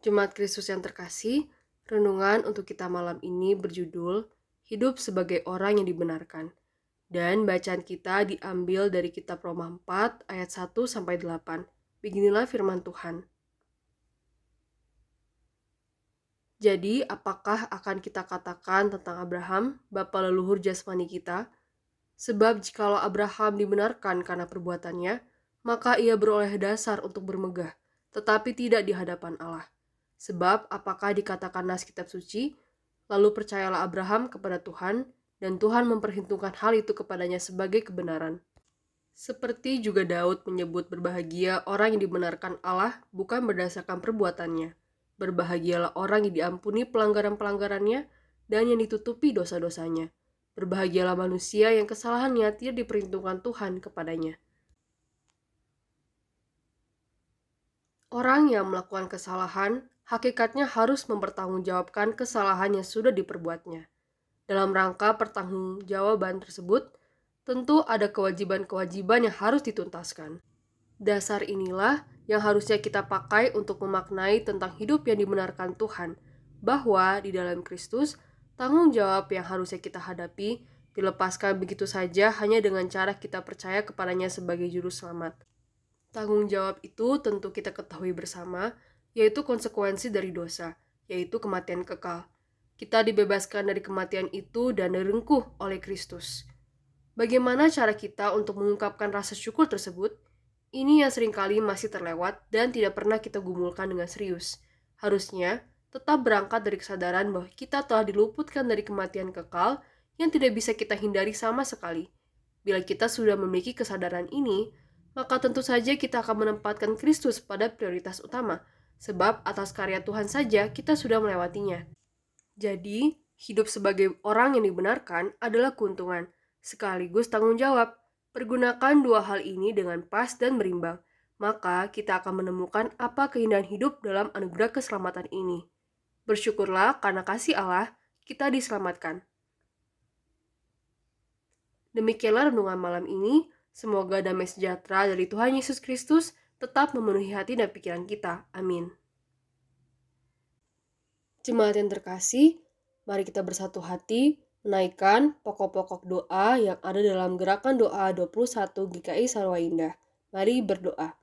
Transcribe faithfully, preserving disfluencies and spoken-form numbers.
Jemaat Kristus yang terkasih, renungan untuk kita malam ini berjudul Hidup sebagai Orang yang Dibenarkan. Dan bacaan kita diambil dari kitab Roma empat ayat satu sampai delapan. Beginilah firman Tuhan. Jadi, apakah akan kita katakan tentang Abraham, bapa leluhur jasmani kita? Sebab jikalau Abraham dibenarkan karena perbuatannya, maka ia beroleh dasar untuk bermegah, tetapi tidak di hadapan Allah. Sebab apakah dikatakan nas kitab suci, lalu percayalah Abraham kepada Tuhan, dan Tuhan memperhitungkan hal itu kepadanya sebagai kebenaran. Seperti juga Daud menyebut berbahagia orang yang dibenarkan Allah bukan berdasarkan perbuatannya. Berbahagialah orang yang diampuni pelanggaran-pelanggarannya dan yang ditutupi dosa-dosanya. Berbahagialah manusia yang kesalahannya tidak diperhitungkan Tuhan kepadanya. Orang yang melakukan kesalahan, hakikatnya harus mempertanggungjawabkan kesalahan yang sudah diperbuatnya. Dalam rangka pertanggungjawaban tersebut, tentu ada kewajiban-kewajiban yang harus dituntaskan. Dasar inilah yang harusnya kita pakai untuk memaknai tentang hidup yang dibenarkan Tuhan, bahwa di dalam Kristus, tanggung jawab yang harusnya kita hadapi dilepaskan begitu saja hanya dengan cara kita percaya kepadanya sebagai juru selamat. Tanggung jawab itu tentu kita ketahui bersama, yaitu konsekuensi dari dosa, yaitu kematian kekal. Kita dibebaskan dari kematian itu dan direngkuh oleh Kristus. Bagaimana cara kita untuk mengungkapkan rasa syukur tersebut? Ini yang seringkali masih terlewat dan tidak pernah kita gumulkan dengan serius. Harusnya tetap berangkat dari kesadaran bahwa kita telah diluputkan dari kematian kekal yang tidak bisa kita hindari sama sekali. Bila kita sudah memiliki kesadaran ini, maka tentu saja kita akan menempatkan Kristus pada prioritas utama, sebab atas karya Tuhan saja kita sudah melewatinya. Jadi, hidup sebagai orang yang dibenarkan adalah keuntungan, sekaligus tanggung jawab. Pergunakan dua hal ini dengan pas dan berimbang, maka kita akan menemukan apa keindahan hidup dalam anugerah keselamatan ini. Bersyukurlah karena kasih Allah, kita diselamatkan. Demikianlah renungan malam ini. Semoga damai sejahtera dari Tuhan Yesus Kristus tetap memenuhi hati dan pikiran kita. Amin. Jemaat yang terkasih, mari kita bersatu hati menaikkan pokok-pokok doa yang ada dalam gerakan doa dua puluh satu G K I Sarwa Indah. Mari berdoa.